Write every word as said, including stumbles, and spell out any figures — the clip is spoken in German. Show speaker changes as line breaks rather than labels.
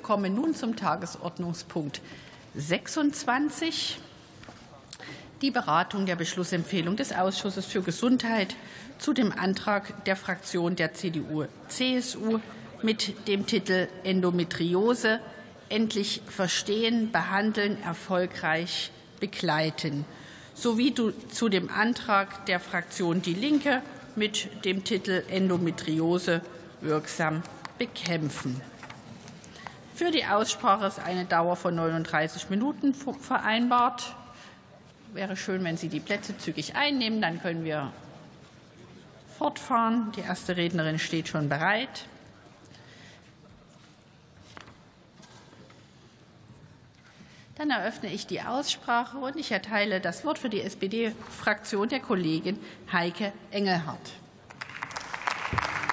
kommen nun zum Tagesordnungspunkt sechsundzwanzig, die Beratung der Beschlussempfehlung des Ausschusses für Gesundheit zu dem Antrag der Fraktion der C D U C S U mit dem Titel Endometriose endlich verstehen, behandeln, erfolgreich begleiten, sowie zu dem Antrag der Fraktion Die Linke mit dem Titel Endometriose wirksam bekämpfen. Für die Aussprache ist eine Dauer von neununddreißig Minuten vereinbart. Wäre schön, wenn Sie die Plätze zügig einnehmen, dann können wir fortfahren. Die erste Rednerin steht schon bereit. Dann eröffne ich die Aussprache und ich erteile das Wort für die S P D-Fraktion der Kollegin Heike Engelhardt.